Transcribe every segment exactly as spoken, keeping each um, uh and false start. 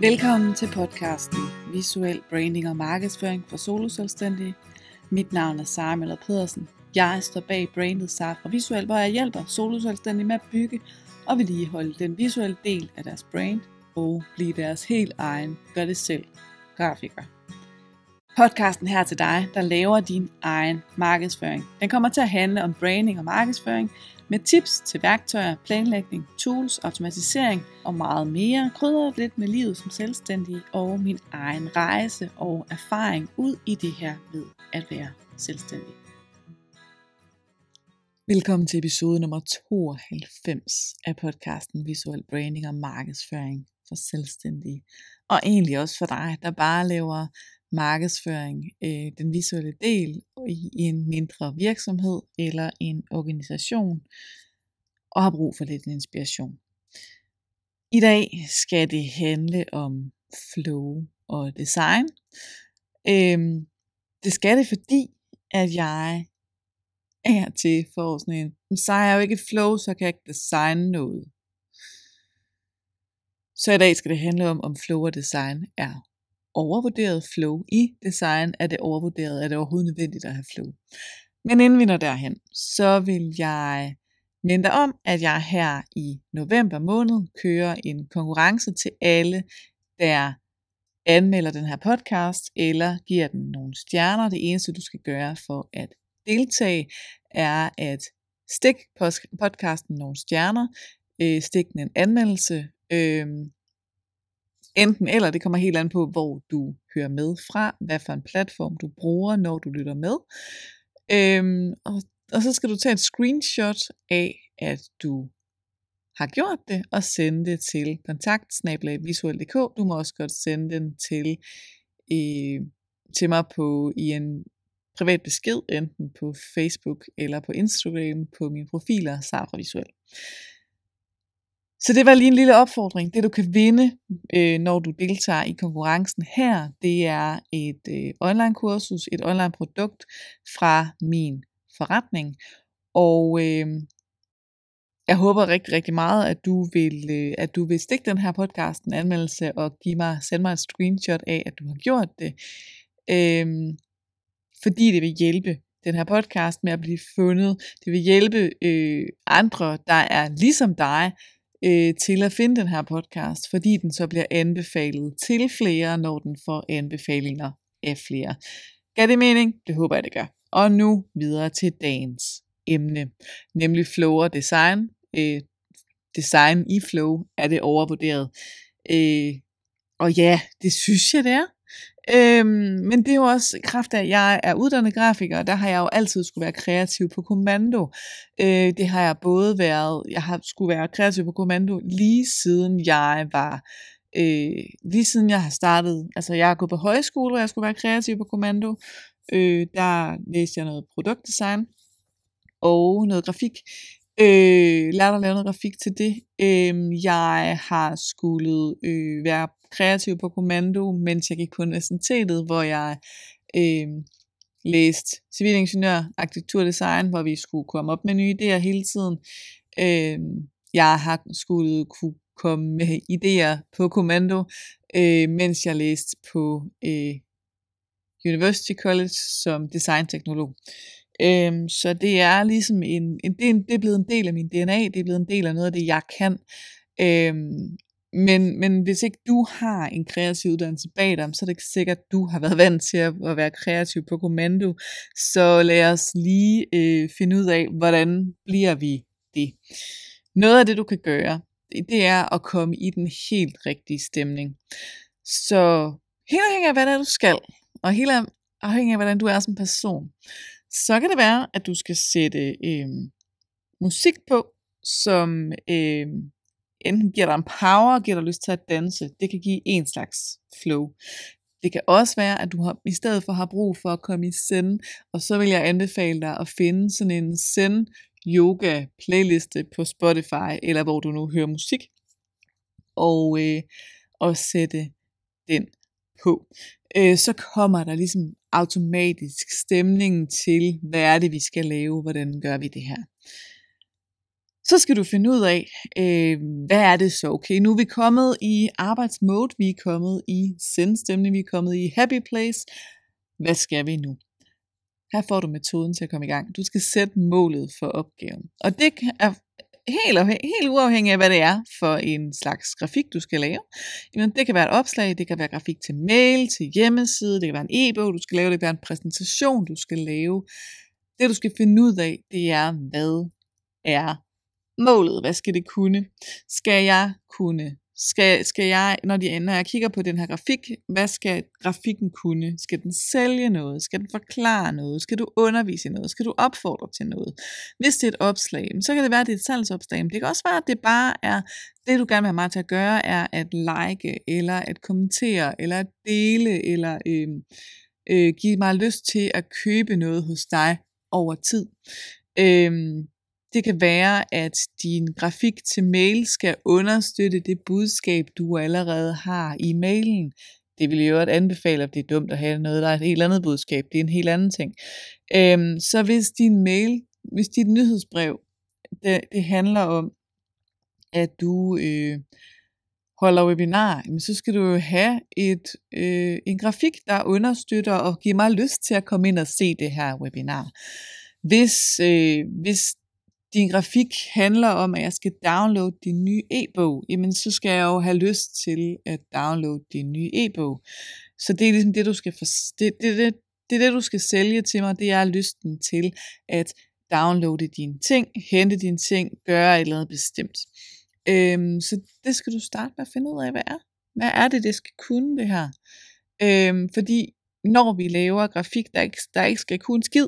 Velkommen til podcasten Visuel Branding og Markedsføring for soloselvstændige. Mit navn er Sara Møller Pedersen. Jeg står bag brandet Sara Visuel, hvor jeg hjælper soloselvstændige med at bygge og vedligeholde den visuelle del af deres brand og blive deres helt egen gør det selv grafiker. Podcasten her til dig, der laver din egen markedsføring. Den kommer til at handle om branding og markedsføring med tips til værktøjer, planlægning, tools, automatisering og meget mere. Krydret lidt med livet som selvstændig og min egen rejse og erfaring ud i det her ved at være selvstændig. Velkommen til episode nummer tooghalvfems af podcasten Visuel Branding og Markedsføring for selvstændige. Og egentlig også for dig, der bare laver markedsføring, øh, den visuelle del i, i en mindre virksomhed eller en organisation, og har brug for lidt inspiration. I dag skal det handle om flow og design. Øhm, det skal det, fordi at jeg er til for sådan en, så er jeg jo ikke flow, så kan jeg ikke designe noget. Så i dag skal det handle om, om flow og design er overvurderet. Flow i design, er det overvurderet, er det overhovedet nødvendigt at have flow. Men inden vi når derhen, så vil jeg minde dig om, at jeg her i november måned kører en konkurrence til alle, der anmelder den her podcast, eller giver den nogle stjerner. Det eneste du skal gøre for at deltage, er at stikke podcasten nogle stjerner, øh, stik den en anmeldelse, øh, enten eller, det kommer helt an på, hvor du hører med fra, hvad for en platform du bruger, når du lytter med. Øhm, og, og så skal du tage et screenshot af, at du har gjort det, og sende det til kontakt bindestreg visuel punktum d k. Du må også godt sende den til, øh, til mig på, i en privat besked, enten på Facebook eller på Instagram, på mine profiler, Sara Visuel. Så det var lige en lille opfordring. Det du kan vinde, øh, når du deltager i konkurrencen her, det er et øh, online kursus, et online produkt fra min forretning. Og øh, jeg håber rigtig, rigtig meget, at du vil, øh, at du vil stikke den her podcast en anmeldelse og give mig, sende mig et screenshot af, at du har gjort det. Øh, fordi det vil hjælpe den her podcast med at blive fundet. Det vil hjælpe øh, andre, der er ligesom dig, øh, til at finde den her podcast, fordi den så bliver anbefalet til flere, når den får anbefalinger af flere. Gør det mening? Det håber jeg, det gør. Og nu videre til dagens emne, nemlig flow og design. Øh, design i flow, er det overvurderet? Øh, og ja, det synes jeg, det er. Øhm, men det er jo også i kraft af, at jeg er uddannet grafiker, og der har jeg jo altid skulle være kreativ på kommando. Øh, det har jeg både været, jeg har skulle være kreativ på kommando lige siden jeg var, øh, lige siden jeg har startet, altså jeg har gået på højskole, og jeg skulle være kreativ på kommando. Øh, der læste jeg noget produktdesign og noget grafik. Øh, lærte at lave noget grafik til det. Øh, jeg har skulle øh, være kreativ på kommando, mens jeg gik på universitetet, hvor jeg øh, læste civilingeniør, arkitekturdesign, hvor vi skulle komme op med nye idéer hele tiden. Øh, jeg har skulle kunne komme med idéer på kommando, øh, mens jeg læste på øh, University College som designteknolog. Øhm, så det er ligesom en, en, det, er en, det er blevet en del af min D N A, det er blevet en del af noget af det, jeg kan. Øhm, men, men hvis ikke du har en kreativ uddannelse bag dig, så er det ikke sikkert, at du har været vant til at, at være kreativ på kommando. Så lad os lige øh, finde ud af, hvordan bliver vi det. Noget af det, du kan gøre, det, det er at komme i den helt rigtige stemning. Så helt afhængig af, hvad det er, du skal, og helt afhængig af, hvordan du er som person, så kan det være, at du skal sætte øh, musik på, som øh, enten giver dig en power og giver dig lyst til at danse. Det kan give en slags flow. Det kan også være, at du har, i stedet for har brug for at komme i zen, og så vil jeg anbefale dig at finde sådan en zen yoga playliste på Spotify, eller hvor du nu hører musik, og, øh, og sætte den på. Øh, så kommer der ligesom automatisk stemningen til, hvad er det vi skal lave, hvordan gør vi det her. Så skal du finde ud af, øh, hvad er det så? Okay, nu er vi kommet i arbejdsmode, vi er kommet i zen-stemning, vi er kommet i happy place. Hvad skal vi nu? Her får du metoden til at komme i gang. Du skal sætte målet for opgaven. Og det er helt, helt uafhængigt af, hvad det er for en slags grafik, du skal lave. Jamen, det kan være et opslag, det kan være grafik til mail, til hjemmeside, det kan være en e-bog, du skal lave, det kan være en præsentation, du skal lave. Det, du skal finde ud af, det er, hvad er målet? Hvad skal det kunne? Skal jeg kunne? Skal, skal jeg, når, de, når jeg kigger på den her grafik, hvad skal grafikken kunne? Skal den sælge noget? Skal den forklare noget? Skal du undervise i noget? Skal du opfordre til noget? Hvis det er et opslag, så kan det være, at det er et salgsopslag. Men det kan også være, at det bare er, det du gerne vil have mig til at gøre, er at like, eller at kommentere, eller at dele, eller øh, øh, give mig lyst til at købe noget hos dig over tid. Øh, Det kan være, at din grafik til mail skal understøtte det budskab, du allerede har i mailen. Det vil jeg jo anbefale, at det er dumt at have noget, der er et helt andet budskab. Det er en helt anden ting. Øhm, så hvis din mail, hvis dit nyhedsbrev, det, det handler om, at du øh, holder webinar, så skal du jo have et, øh, en grafik, der understøtter og giver mig lyst til at komme ind og se det her webinar. Hvis, øh, hvis din grafik handler om, at jeg skal downloade din nye e-bog, jamen så skal jeg jo have lyst til at downloade din nye e-bog. Så det er ligesom det, du skal for, det, det, det, det er det, du skal sælge til mig, det er lysten til at downloade dine ting, hente dine ting, gøre et eller andet bestemt. Øhm, så det skal du starte med at finde ud af, hvad er. Hvad er det, det skal kunne det her? Øhm, fordi når vi laver grafik, der ikke, der ikke skal kunne skid,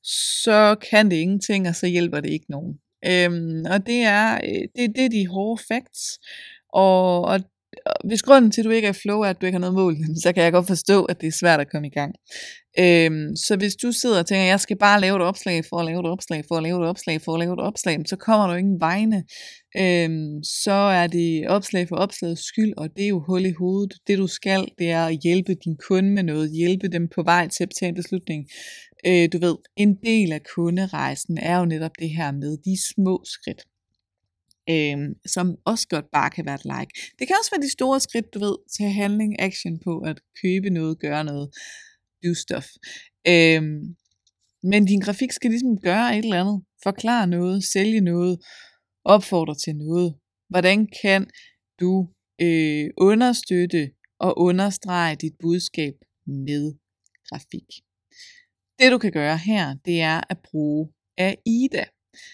så kan det ingenting, og så hjælper det ikke nogen. Øhm, og det er, det, det er de hårde facts. Og, og, og hvis grunden til, at du ikke er i flow, er, at du ikke har noget mål, så kan jeg godt forstå, at det er svært at komme i gang. Øhm, så hvis du sidder og tænker, at jeg skal bare lave et opslag for at lave et opslag, for at lave et opslag, for at lave et opslag, så kommer du ingen vegne. Øhm, så er det opslag for opslagets skyld, og det er jo hul i hovedet. Det du skal, det er at hjælpe din kunde med noget, hjælpe dem på vej til at tage en beslutning. Øh, du ved, en del af kunderejsen er jo netop det her med de små skridt. Øhm, som også godt bare kan være et like. Det kan også være de store skridt, du ved, tage handling, action på at købe noget, gøre noget, do stuff. Øhm, men din grafik skal ligesom gøre et eller andet, forklare noget, sælge noget, opfordre til noget. Hvordan kan du øh, understøtte og understrege dit budskab med grafik? Det du kan gøre her, det er at bruge AIDA.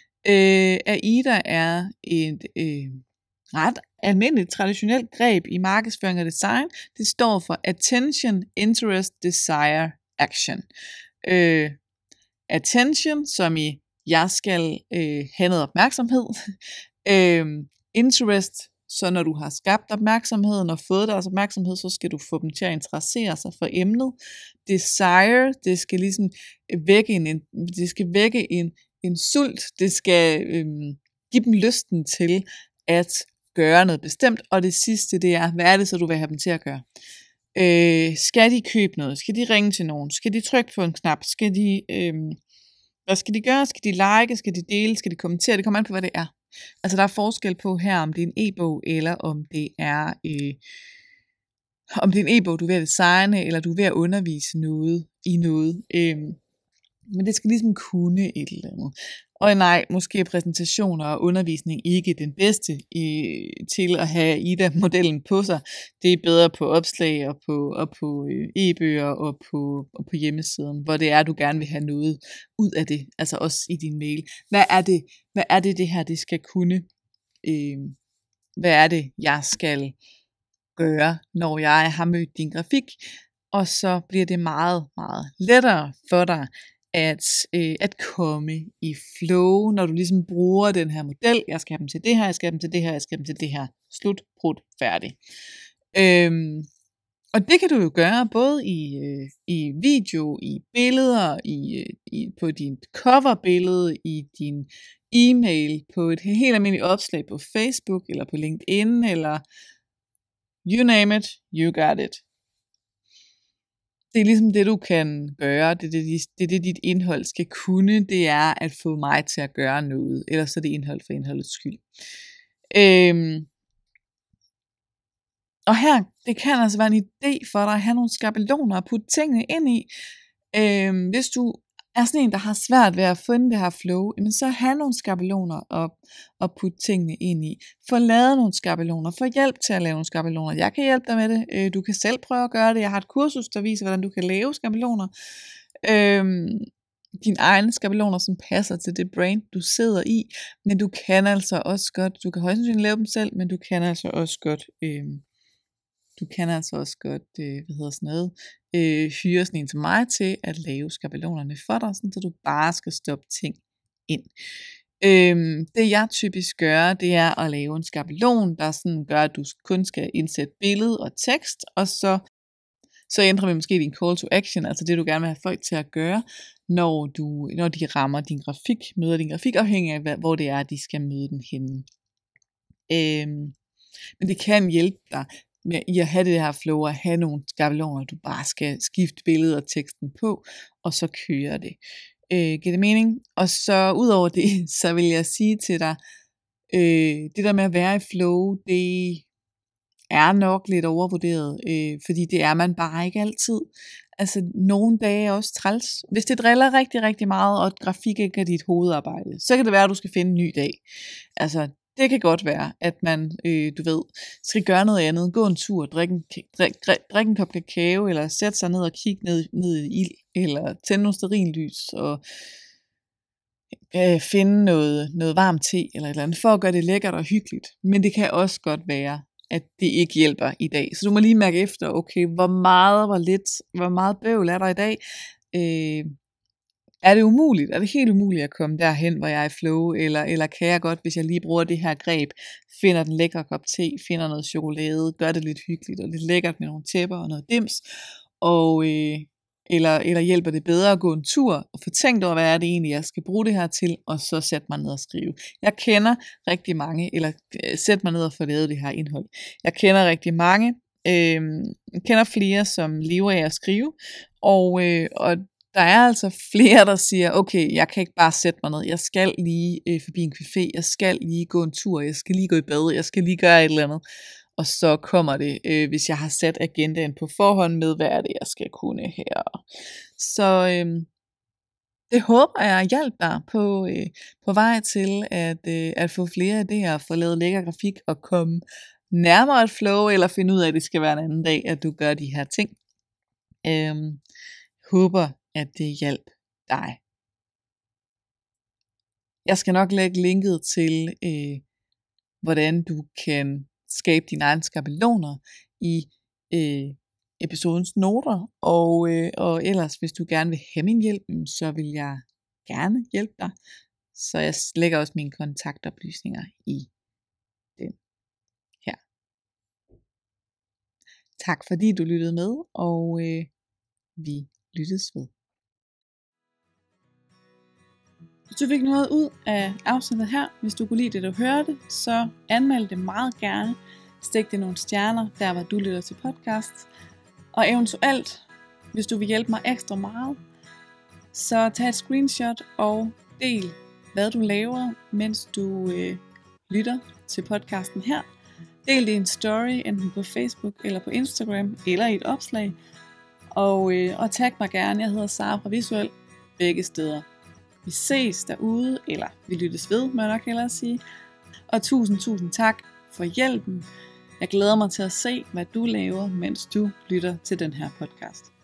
Øh, AIDA er et øh, ret almindeligt traditionelt greb i markedsføring og design. Det står for Attention, Interest, Desire, Action. Øh, attention, som i jeg skal øh, have noget opmærksomhed. øh, interest, så når du har skabt opmærksomheden og fået deres opmærksomhed, så skal du få dem til at interessere sig for emnet. Desire, det skal ligesom vække en, det skal vække en en sult, det skal øhm, give dem lysten til at gøre noget bestemt, og det sidste det er, hvad er det så du vil have dem til at gøre? Øh, skal de købe noget? Skal de ringe til nogen? Skal de trykke på en knap? Skal de, øhm, hvad skal de gøre? Skal de like? Skal de dele? Skal de kommentere? Det kommer an på, hvad det er. Altså der er forskel på her, om det er en e-bog, eller om det er øh, om det er en e-bog, du er ved at designe, eller du er ved at undervise noget i noget. Øh, Men det skal ligesom kunne et eller andet. Og nej, måske er præsentationer og undervisning ikke den bedste i, til at have I D A-modellen på sig. Det er bedre på opslag og på, og på øh, e-bøger og på, og på hjemmesiden, hvor det er, du gerne vil have noget ud af det. Altså også i din mail. Hvad er det, hvad er det, det her det skal kunne? Øh, hvad er det, jeg skal gøre, når jeg har mødt din grafik? Og så bliver det meget, meget lettere for dig, At, øh, at komme i flow, når du ligesom bruger den her model. Jeg skal have dem til det her, jeg skal have dem til det her, jeg skal have dem til det her. Slut, brudt, færdig. Øhm, og det kan du jo gøre både i, øh, i video, i billeder, i, i, på din coverbillede, i din e-mail, på et helt almindeligt opslag på Facebook, eller på LinkedIn, eller you name it, you got it. det er ligesom det, du kan gøre. Det er det, det, er det dit indhold skal kunne. Det er at få mig til at gøre noget. Ellers er det indhold for indholdets skyld. Øhm, og her, det kan altså være en idé for dig at have nogle skabeloner og putte tingene ind i. Øhm, hvis du er sådan en, der har svært ved at finde det her flow, jamen så have nogle skabeloner og, og putte tingene ind i. Få lavet nogle skabeloner. Få hjælp til at lave nogle skabeloner. Jeg kan hjælpe dig med det. Øh, du kan selv prøve at gøre det. Jeg har et kursus, der viser, hvordan du kan lave skabeloner. Øhm, dine egne skabeloner, som passer til det brand, du sidder i. Men du kan altså også godt, du kan højst sandsynligt lave dem selv, men du kan altså også godt... Øhm, Du kan altså også godt, øh, hvad hedder sådan noget, øh, hyre sådan en til mig til at lave skabelonerne for dig, sådan, så du bare skal stoppe ting ind. Øhm, det jeg typisk gør, det er at lave en skabelon, der sådan gør, at du kun skal indsætte billede og tekst, og så, så ændrer vi måske din call to action, altså det du gerne vil have folk til at gøre, når, du, når de rammer din grafik, møder din grafik, afhængig af, hvor det er, de skal møde den henne. Øhm, men det kan hjælpe dig med i at have det her flow, og have nogle skabeloner, du bare skal skifte billedet og teksten på, og så køre det. Øh, giver det mening? Og så ud over det, så vil jeg sige til dig, øh, det der med at være i flow, det er nok lidt overvurderet, øh, fordi det er man bare ikke altid. Altså nogle dage er også træls. Hvis det driller rigtig, rigtig meget, og grafik ikke er dit hovedarbejde, så kan det være, at du skal finde en ny dag. Altså det kan godt være, at man, øh, du ved, skal gøre noget andet, gå en tur, drikke en, drik, drik, drik en kop kakao, eller sætte sig ned og kigge ned, ned i ild, eller tænde nogle stearinlys, og øh, finde noget, noget varmt te, eller et eller andet, for at gøre det lækkert og hyggeligt. Men det kan også godt være, at det ikke hjælper i dag. Så du må lige mærke efter, okay, hvor meget, hvor lidt, hvor meget bøvl er der i dag, øh, er det umuligt? Er det helt umuligt at komme derhen, hvor jeg er i flow? Eller, eller kan jeg godt, hvis jeg lige bruger det her greb, finder den lækre kop te, finder noget chokolade, gør det lidt hyggeligt og lidt lækkert med nogle tæpper og noget dims, og, øh, eller, eller hjælper det bedre at gå en tur og få tænkt over, hvad er det egentlig, jeg skal bruge det her til, og så sætte mig ned og skrive. Jeg kender rigtig mange, eller øh, sæt mig ned og få lavet det her indhold. Jeg kender rigtig mange, øh, jeg kender flere, som lever af at skrive, og, øh, og der er altså flere, der siger, okay, jeg kan ikke bare sætte mig ned, jeg skal lige øh, forbi en café, jeg skal lige gå en tur, jeg skal lige gå i bad, jeg skal lige gøre et eller andet. Og så kommer det, øh, hvis jeg har sat agendaen på forhånd med, hvad er det, jeg skal kunne her. Så øh, det håber jeg hjælper dig på, øh, på vej til at, øh, at få flere idéer, få lavet lækker grafik og komme nærmere et flow, eller finde ud af, at det skal være en anden dag, at du gør de her ting. Øh, håber, at det hjælp dig. Jeg skal nok lægge linket til, øh, hvordan du kan skabe dine egne skabeloner i øh, episodens noter, og, øh, og ellers, hvis du gerne vil have min hjælp, så vil jeg gerne hjælpe dig. Så jeg lægger også mine kontaktoplysninger i den her. Tak fordi du lyttede med, og øh, vi lyttes ved. Hvis du fik noget ud af afsnittet her, hvis du kunne lide det, du hørte, så anmeld det meget gerne. Stik det nogle stjerner, der hvor du lytter til podcast. Og eventuelt, hvis du vil hjælpe mig ekstra meget, så tag et screenshot og del, hvad du laver, mens du øh, lytter til podcasten her. Del det i en story, enten på Facebook eller på Instagram, eller i et opslag. Og, øh, og tag mig gerne, jeg hedder Sara fra Visuel, begge steder. Vi ses derude, eller vi lyttes ved, må jeg nok hellere sige. Og tusind, tusind tak for hjælpen. Jeg glæder mig til at se, hvad du laver, mens du lytter til den her podcast.